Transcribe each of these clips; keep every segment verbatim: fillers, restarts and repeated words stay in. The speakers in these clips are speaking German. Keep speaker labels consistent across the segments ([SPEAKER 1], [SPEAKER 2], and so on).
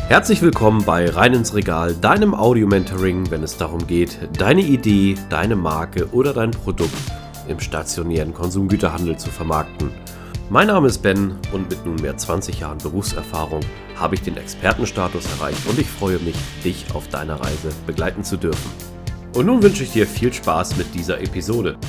[SPEAKER 1] Herzlich willkommen bei Rein ins Regal, deinem Audio-Mentoring, wenn es darum geht, deine Idee, deine Marke oder dein Produkt im stationären Konsumgüterhandel zu vermarkten. Mein Name ist Ben und mit nunmehr zwanzig Jahren Berufserfahrung habe ich den Expertenstatus erreicht und ich freue mich, dich auf deiner Reise begleiten zu dürfen. Und nun wünsche ich dir viel Spaß mit dieser Episode.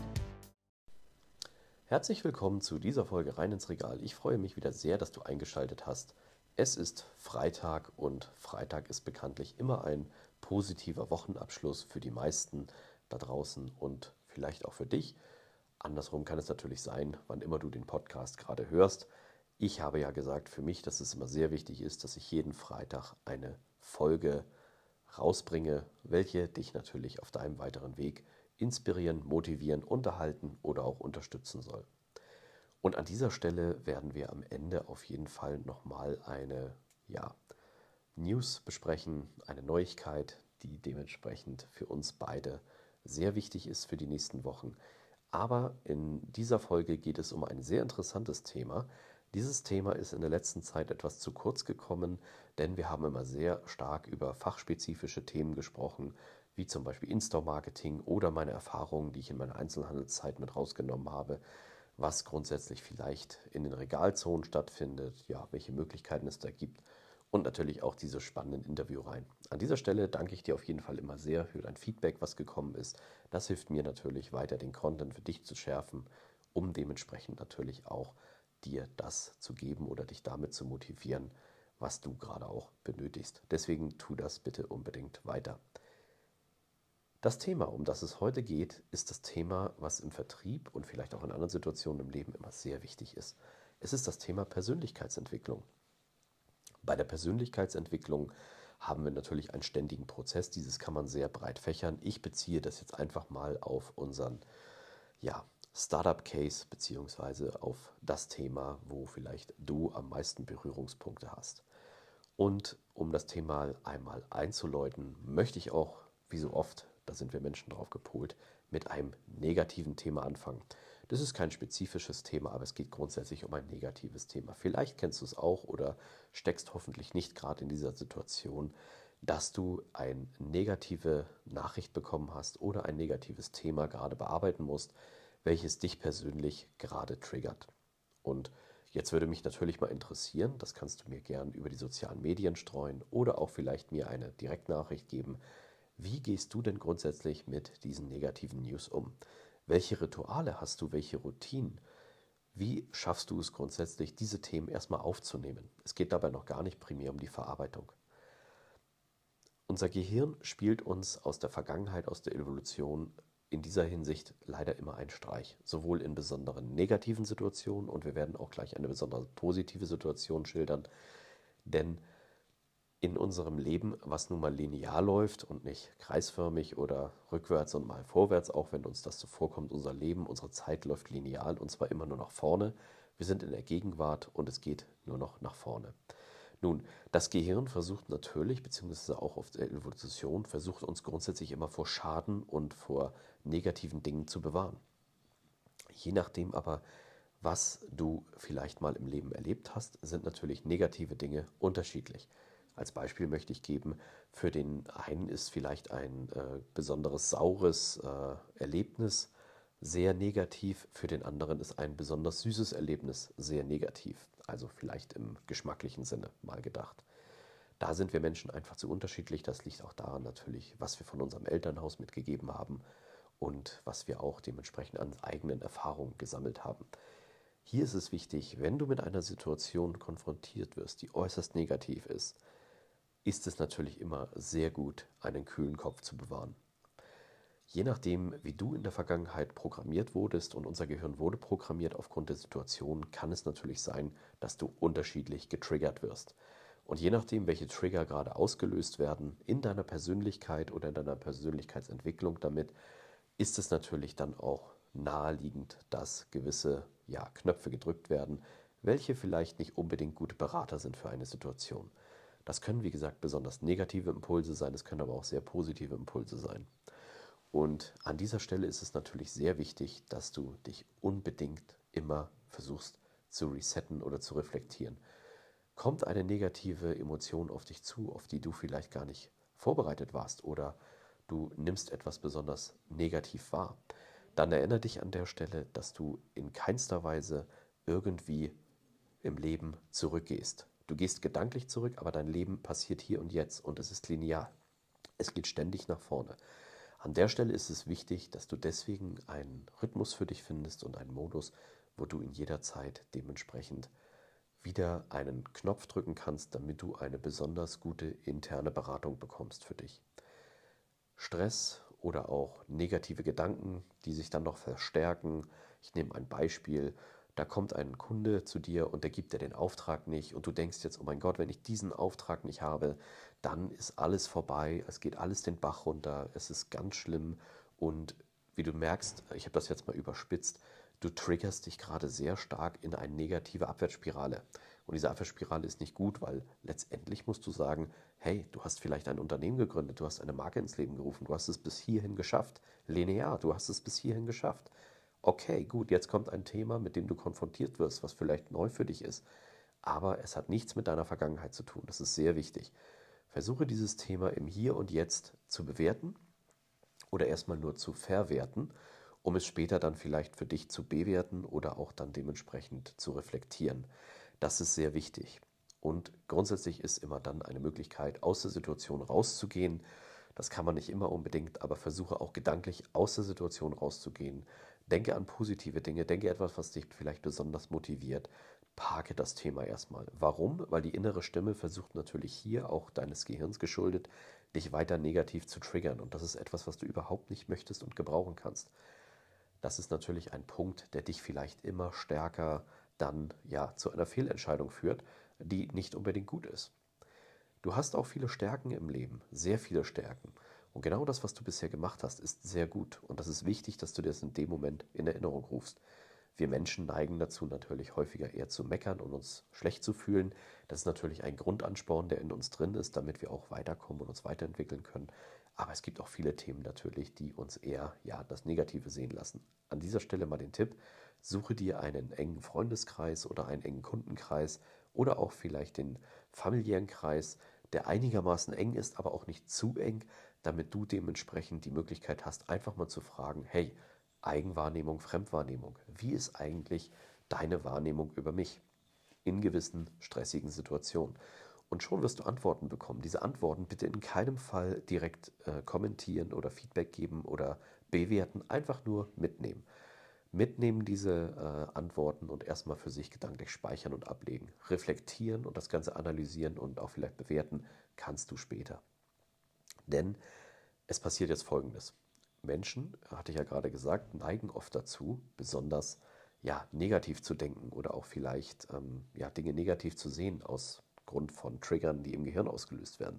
[SPEAKER 1] Herzlich willkommen zu dieser Folge Rein ins Regal. Ich freue mich wieder sehr, dass du eingeschaltet hast. Es ist Freitag und Freitag ist bekanntlich immer ein positiver Wochenabschluss für die meisten da draußen und vielleicht auch für dich. Andersrum kann es natürlich sein, wann immer du den Podcast gerade hörst. Ich habe ja gesagt für mich, dass es immer sehr wichtig ist, dass ich jeden Freitag eine Folge rausbringe, welche dich natürlich auf deinem weiteren Weg inspirieren, motivieren, unterhalten oder auch unterstützen soll. Und an dieser Stelle werden wir am Ende auf jeden Fall nochmal eine ja, News besprechen, eine Neuigkeit, die dementsprechend für uns beide sehr wichtig ist für die nächsten Wochen. Aber in dieser Folge geht es um ein sehr interessantes Thema. Dieses Thema ist in der letzten Zeit etwas zu kurz gekommen, denn wir haben immer sehr stark über fachspezifische Themen gesprochen, wie zum Beispiel In-Store-Marketing oder meine Erfahrungen, die ich in meiner Einzelhandelszeit mit rausgenommen habe, was grundsätzlich vielleicht in den Regalzonen stattfindet, ja, welche Möglichkeiten es da gibt und natürlich auch diese spannenden Interviewreihen. An dieser Stelle danke ich dir auf jeden Fall immer sehr für dein Feedback, was gekommen ist. Das hilft mir natürlich weiter, den Content für dich zu schärfen, um dementsprechend natürlich auch dir das zu geben oder dich damit zu motivieren, was du gerade auch benötigst. Deswegen tu das bitte unbedingt weiter. Das Thema, um das es heute geht, ist das Thema, was im Vertrieb und vielleicht auch in anderen Situationen im Leben immer sehr wichtig ist. Es ist das Thema Persönlichkeitsentwicklung. Bei der Persönlichkeitsentwicklung haben wir natürlich einen ständigen Prozess. Dieses kann man sehr breit fächern. Ich beziehe das jetzt einfach mal auf unseren ja, Startup-Case beziehungsweise auf das Thema, wo vielleicht du am meisten Berührungspunkte hast. Und um das Thema einmal einzuläuten, möchte ich auch, wie so oft, da sind wir Menschen drauf gepolt, mit einem negativen Thema anfangen. Das ist kein spezifisches Thema, aber es geht grundsätzlich um ein negatives Thema. Vielleicht kennst du es auch oder steckst hoffentlich nicht gerade in dieser Situation, dass du eine negative Nachricht bekommen hast oder ein negatives Thema gerade bearbeiten musst, welches dich persönlich gerade triggert. Und jetzt würde mich natürlich mal interessieren, das kannst du mir gern über die sozialen Medien streuen oder auch vielleicht mir eine Direktnachricht geben. Wie gehst du denn grundsätzlich mit diesen negativen News um? Welche Rituale hast du, welche Routinen? Wie schaffst du es grundsätzlich, diese Themen erstmal aufzunehmen? Es geht dabei noch gar nicht primär um die Verarbeitung. Unser Gehirn spielt uns aus der Vergangenheit, aus der Evolution in dieser Hinsicht leider immer einen Streich. Sowohl in besonderen negativen Situationen und wir werden auch gleich eine besonders positive Situation schildern, denn in unserem Leben, was nun mal linear läuft und nicht kreisförmig oder rückwärts und mal vorwärts, auch wenn uns das so vorkommt, unser Leben, unsere Zeit läuft lineal und zwar immer nur nach vorne. Wir sind in der Gegenwart und es geht nur noch nach vorne. Nun, das Gehirn versucht natürlich, beziehungsweise auch auf der Evolution, versucht uns grundsätzlich immer vor Schaden und vor negativen Dingen zu bewahren. Je nachdem aber, was du vielleicht mal im Leben erlebt hast, sind natürlich negative Dinge unterschiedlich. Als Beispiel möchte ich geben, für den einen ist vielleicht ein äh, besonderes saures äh, Erlebnis sehr negativ, für den anderen ist ein besonders süßes Erlebnis sehr negativ, also vielleicht im geschmacklichen Sinne mal gedacht. Da sind wir Menschen einfach zu unterschiedlich, das liegt auch daran natürlich, was wir von unserem Elternhaus mitgegeben haben und was wir auch dementsprechend an eigenen Erfahrungen gesammelt haben. Hier ist es wichtig, wenn du mit einer Situation konfrontiert wirst, die äußerst negativ ist, ist es natürlich immer sehr gut, einen kühlen Kopf zu bewahren. Je nachdem, wie du in der Vergangenheit programmiert wurdest und unser Gehirn wurde programmiert aufgrund der Situation, kann es natürlich sein, dass du unterschiedlich getriggert wirst. Und je nachdem, welche Trigger gerade ausgelöst werden in deiner Persönlichkeit oder in deiner Persönlichkeitsentwicklung damit, ist es natürlich dann auch naheliegend, dass gewisse ja, Knöpfe gedrückt werden, welche vielleicht nicht unbedingt gute Berater sind für eine Situation. Das können, wie gesagt, besonders negative Impulse sein, es können aber auch sehr positive Impulse sein. Und an dieser Stelle ist es natürlich sehr wichtig, dass du dich unbedingt immer versuchst zu resetten oder zu reflektieren. Kommt eine negative Emotion auf dich zu, auf die du vielleicht gar nicht vorbereitet warst oder du nimmst etwas besonders negativ wahr, dann erinnere dich an der Stelle, dass du in keinster Weise irgendwie im Leben zurückgehst. Du gehst gedanklich zurück, aber dein Leben passiert hier und jetzt und es ist linear. Es geht ständig nach vorne. An der Stelle ist es wichtig, dass du deswegen einen Rhythmus für dich findest und einen Modus, wo du in jeder Zeit dementsprechend wieder einen Knopf drücken kannst, damit du eine besonders gute interne Beratung bekommst für dich. Stress oder auch negative Gedanken, die sich dann noch verstärken. Ich nehme ein Beispiel. Da kommt ein Kunde zu dir und der gibt dir den Auftrag nicht und du denkst jetzt, oh mein Gott, wenn ich diesen Auftrag nicht habe, dann ist alles vorbei, es geht alles den Bach runter, es ist ganz schlimm und wie du merkst, ich habe das jetzt mal überspitzt, du triggerst dich gerade sehr stark in eine negative Abwärtsspirale. Und diese Abwärtsspirale ist nicht gut, weil letztendlich musst du sagen, hey, du hast vielleicht ein Unternehmen gegründet, du hast eine Marke ins Leben gerufen, du hast es bis hierhin geschafft. Linear, du hast es bis hierhin geschafft. Okay, gut, jetzt kommt ein Thema, mit dem du konfrontiert wirst, was vielleicht neu für dich ist. Aber es hat nichts mit deiner Vergangenheit zu tun. Das ist sehr wichtig. Versuche dieses Thema im Hier und Jetzt zu bewerten oder erstmal nur zu verwerten, um es später dann vielleicht für dich zu bewerten oder auch dann dementsprechend zu reflektieren. Das ist sehr wichtig. Und grundsätzlich ist immer dann eine Möglichkeit, aus der Situation rauszugehen. Das kann man nicht immer unbedingt, aber versuche auch gedanklich aus der Situation rauszugehen. Denke an positive Dinge, denke etwas, was dich vielleicht besonders motiviert. Parke das Thema erstmal. Warum? Weil die innere Stimme versucht natürlich hier, auch deines Gehirns geschuldet, dich weiter negativ zu triggern. Und das ist etwas, was du überhaupt nicht möchtest und gebrauchen kannst. Das ist natürlich ein Punkt, der dich vielleicht immer stärker dann ja zu einer Fehlentscheidung führt, die nicht unbedingt gut ist. Du hast auch viele Stärken im Leben, sehr viele Stärken. Und genau das, was du bisher gemacht hast, ist sehr gut. Und das ist wichtig, dass du dir das in dem Moment in Erinnerung rufst. Wir Menschen neigen dazu natürlich häufiger eher zu meckern und uns schlecht zu fühlen. Das ist natürlich ein Grundansporn, der in uns drin ist, damit wir auch weiterkommen und uns weiterentwickeln können. Aber es gibt auch viele Themen natürlich, die uns eher ja, das Negative sehen lassen. An dieser Stelle mal den Tipp, suche dir einen engen Freundeskreis oder einen engen Kundenkreis oder auch vielleicht den familiären Kreis, der einigermaßen eng ist, aber auch nicht zu eng, damit du dementsprechend die Möglichkeit hast, einfach mal zu fragen, hey, Eigenwahrnehmung, Fremdwahrnehmung, wie ist eigentlich deine Wahrnehmung über mich in gewissen stressigen Situationen? Und schon wirst du Antworten bekommen. Diese Antworten bitte in keinem Fall direkt äh, kommentieren oder Feedback geben oder bewerten, einfach nur mitnehmen. Mitnehmen diese äh, Antworten und erstmal für sich gedanklich speichern und ablegen. Reflektieren und das Ganze analysieren und auch vielleicht bewerten kannst du später. Denn es passiert jetzt Folgendes. Menschen, hatte ich ja gerade gesagt, neigen oft dazu, besonders ja, negativ zu denken oder auch vielleicht ähm, ja, Dinge negativ zu sehen aus Grund von Triggern, die im Gehirn ausgelöst werden.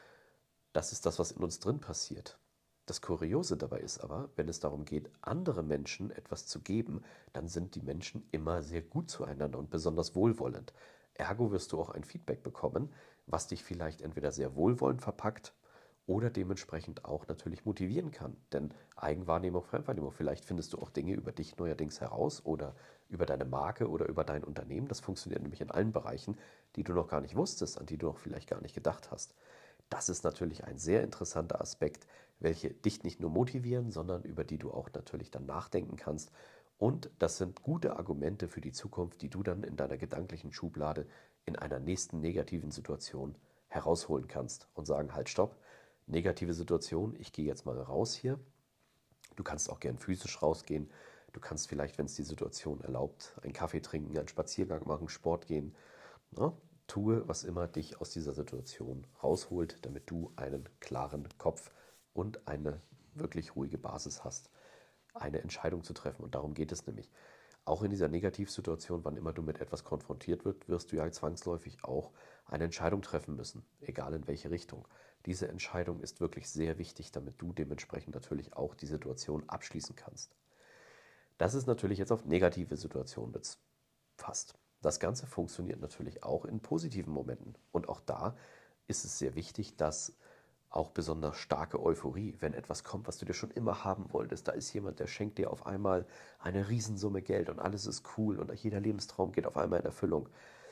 [SPEAKER 1] Das ist das, was in uns drin passiert. Das Kuriose dabei ist aber, wenn es darum geht, anderen Menschen etwas zu geben, dann sind die Menschen immer sehr gut zueinander und besonders wohlwollend. Ergo wirst du auch ein Feedback bekommen, was dich vielleicht entweder sehr wohlwollend verpackt oder dementsprechend auch natürlich motivieren kann. Denn Eigenwahrnehmung, Fremdwahrnehmung, vielleicht findest du auch Dinge über dich neuerdings heraus oder über deine Marke oder über dein Unternehmen. Das funktioniert nämlich in allen Bereichen, die du noch gar nicht wusstest, an die du noch vielleicht gar nicht gedacht hast. Das ist natürlich ein sehr interessanter Aspekt, welche dich nicht nur motivieren, sondern über die du auch natürlich dann nachdenken kannst. Und das sind gute Argumente für die Zukunft, die du dann in deiner gedanklichen Schublade in einer nächsten negativen Situation herausholen kannst und sagen, halt, stopp, negative Situation, ich gehe jetzt mal raus hier. Du kannst auch gern physisch rausgehen. Du kannst vielleicht, wenn es die Situation erlaubt, einen Kaffee trinken, einen Spaziergang machen, Sport gehen. Na, tue, was immer dich aus dieser Situation rausholt, damit du einen klaren Kopf und eine wirklich ruhige Basis hast, eine Entscheidung zu treffen. Und darum geht es nämlich. Auch in dieser Negativsituation, wann immer du mit etwas konfrontiert wirst, wirst du ja zwangsläufig auch eine Entscheidung treffen müssen, egal in welche Richtung. Diese Entscheidung ist wirklich sehr wichtig, damit du dementsprechend natürlich auch die Situation abschließen kannst. Das ist natürlich jetzt auf negative Situationen fast. Das Ganze funktioniert natürlich auch in positiven Momenten. Und auch da ist es sehr wichtig, dass auch besonders starke Euphorie, wenn etwas kommt, was du dir schon immer haben wolltest, da ist jemand, der schenkt dir auf einmal eine Riesensumme Geld und alles ist cool und jeder Lebenstraum geht auf einmal in Erfüllung.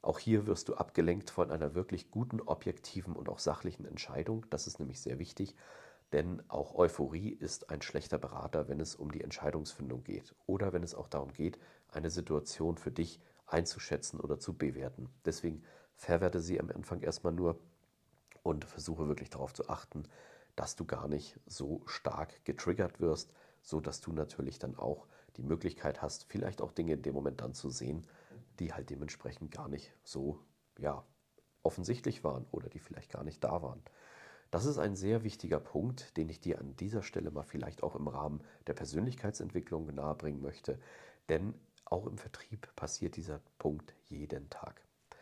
[SPEAKER 1] Auch hier wirst du abgelenkt von einer wirklich guten, objektiven und auch sachlichen Entscheidung. Das ist nämlich sehr wichtig, denn auch Euphorie ist ein schlechter Berater, wenn es um die Entscheidungsfindung geht oder wenn es auch darum geht, eine Situation für dich einzuschätzen oder zu bewerten. Deswegen verwerte sie am Anfang erstmal nur und versuche wirklich darauf zu achten, dass du gar nicht so stark getriggert wirst, so dass du natürlich dann auch die Möglichkeit hast, vielleicht auch Dinge in dem Moment dann zu sehen, die halt dementsprechend gar nicht so, ja, offensichtlich waren oder die vielleicht gar nicht da waren. Das ist ein sehr wichtiger Punkt, den ich dir an dieser Stelle mal vielleicht auch im Rahmen der Persönlichkeitsentwicklung nahebringen möchte, denn auch im Vertrieb passiert dieser Punkt jeden Tag.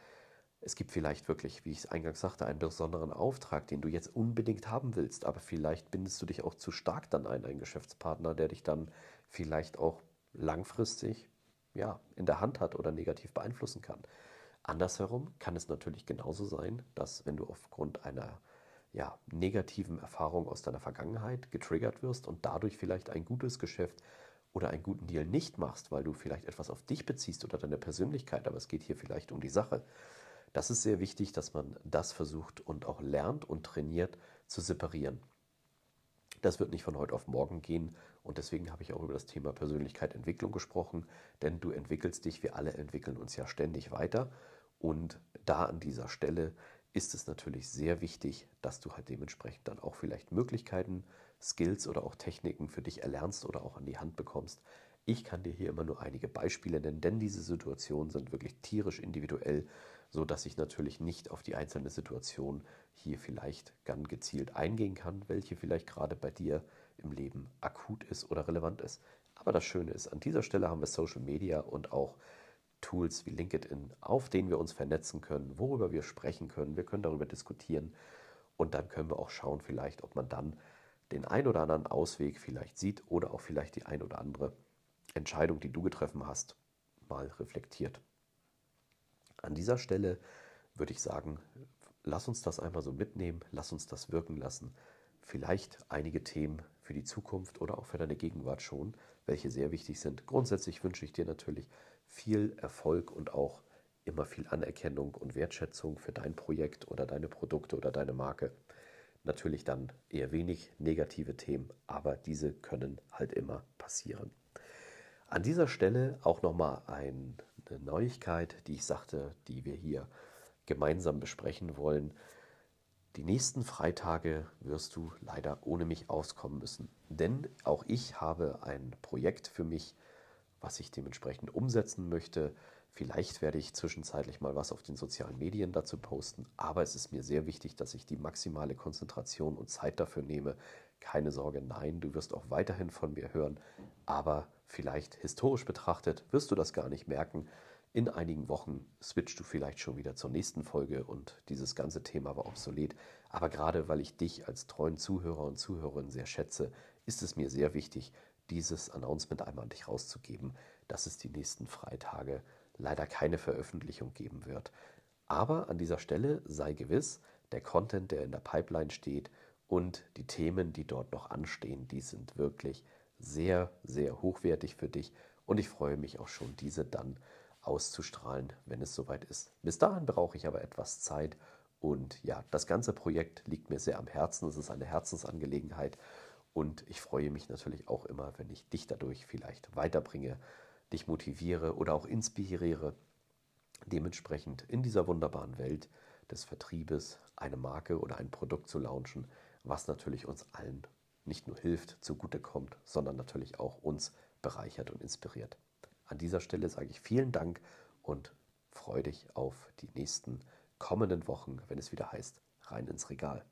[SPEAKER 1] Es gibt vielleicht wirklich, wie ich es eingangs sagte, einen besonderen Auftrag, den du jetzt unbedingt haben willst, aber vielleicht bindest du dich auch zu stark dann ein, einen Geschäftspartner, der dich dann vielleicht auch langfristig, ja, in der Hand hat oder negativ beeinflussen kann. Andersherum kann es natürlich genauso sein, dass wenn du aufgrund einer ja, negativen Erfahrung aus deiner Vergangenheit getriggert wirst und dadurch vielleicht ein gutes Geschäft oder einen guten Deal nicht machst, weil du vielleicht etwas auf dich beziehst oder deine Persönlichkeit, aber es geht hier vielleicht um die Sache. Das ist sehr wichtig, dass man das versucht und auch lernt und trainiert zu separieren. Das wird nicht von heute auf morgen gehen und deswegen habe ich auch über das Thema Persönlichkeitsentwicklung gesprochen, denn du entwickelst dich, wir alle entwickeln uns ja ständig weiter und da an dieser Stelle ist es natürlich sehr wichtig, dass du halt dementsprechend dann auch vielleicht Möglichkeiten, Skills oder auch Techniken für dich erlernst oder auch an die Hand bekommst. Ich kann dir hier immer nur einige Beispiele nennen, denn diese Situationen sind wirklich tierisch individuell, so dass ich natürlich nicht auf die einzelne Situation hier vielleicht ganz gezielt eingehen kann, welche vielleicht gerade bei dir im Leben akut ist oder relevant ist. Aber das Schöne ist, an dieser Stelle haben wir Social Media und auch Tools wie LinkedIn, auf denen wir uns vernetzen können, worüber wir sprechen können. Wir können darüber diskutieren und dann können wir auch schauen, vielleicht, ob man dann den ein oder anderen Ausweg vielleicht sieht oder auch vielleicht die ein oder andere Entscheidung, die du getroffen hast, mal reflektiert. An dieser Stelle würde ich sagen, lass uns das einmal so mitnehmen, lass uns das wirken lassen. Vielleicht einige Themen für die Zukunft oder auch für deine Gegenwart schon, welche sehr wichtig sind. Grundsätzlich wünsche ich dir natürlich viel Erfolg und auch immer viel Anerkennung und Wertschätzung für dein Projekt oder deine Produkte oder deine Marke. Natürlich dann eher wenig negative Themen, aber diese können halt immer passieren. An dieser Stelle auch nochmal eine Neuigkeit, die ich sagte, die wir hier gemeinsam besprechen wollen. Die nächsten Freitage wirst du leider ohne mich auskommen müssen, denn auch ich habe ein Projekt für mich, was ich dementsprechend umsetzen möchte. Vielleicht werde ich zwischenzeitlich mal was auf den sozialen Medien dazu posten, aber es ist mir sehr wichtig, dass ich die maximale Konzentration und Zeit dafür nehme. Keine Sorge, nein, du wirst auch weiterhin von mir hören, aber vielleicht historisch betrachtet wirst du das gar nicht merken. In einigen Wochen switchst du vielleicht schon wieder zur nächsten Folge und dieses ganze Thema war obsolet. Aber gerade weil ich dich als treuen Zuhörer und Zuhörerin sehr schätze, ist es mir sehr wichtig, dieses Announcement einmal an dich rauszugeben, dass es die nächsten Freitage leider keine Veröffentlichung geben wird. Aber an dieser Stelle sei gewiss, der Content, der in der Pipeline steht und die Themen, die dort noch anstehen, die sind wirklich sehr, sehr hochwertig für dich und ich freue mich auch schon, diese dann auszustrahlen, wenn es soweit ist. Bis dahin brauche ich aber etwas Zeit und ja, das ganze Projekt liegt mir sehr am Herzen. Es ist eine Herzensangelegenheit und ich freue mich natürlich auch immer, wenn ich dich dadurch vielleicht weiterbringe, dich motiviere oder auch inspiriere, dementsprechend in dieser wunderbaren Welt des Vertriebes eine Marke oder ein Produkt zu launchen, was natürlich uns allen nicht nur hilft, zugutekommt, sondern natürlich auch uns bereichert und inspiriert. An dieser Stelle sage ich vielen Dank und freue dich auf die nächsten kommenden Wochen, wenn es wieder heißt, rein ins Regal.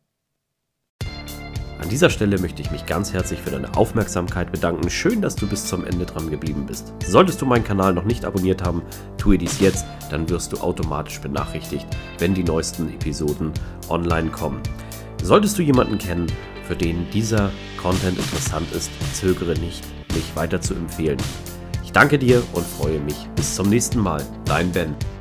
[SPEAKER 1] An dieser Stelle möchte ich mich ganz herzlich für deine Aufmerksamkeit bedanken. Schön, dass du bis zum Ende dran geblieben bist. Solltest du meinen Kanal noch nicht abonniert haben, tue dies jetzt, dann wirst du automatisch benachrichtigt, wenn die neuesten Episoden online kommen. Solltest du jemanden kennen, für den dieser Content interessant ist, zögere nicht, mich weiter zu empfehlen. Ich danke dir und freue mich. Bis zum nächsten Mal. Dein Ben.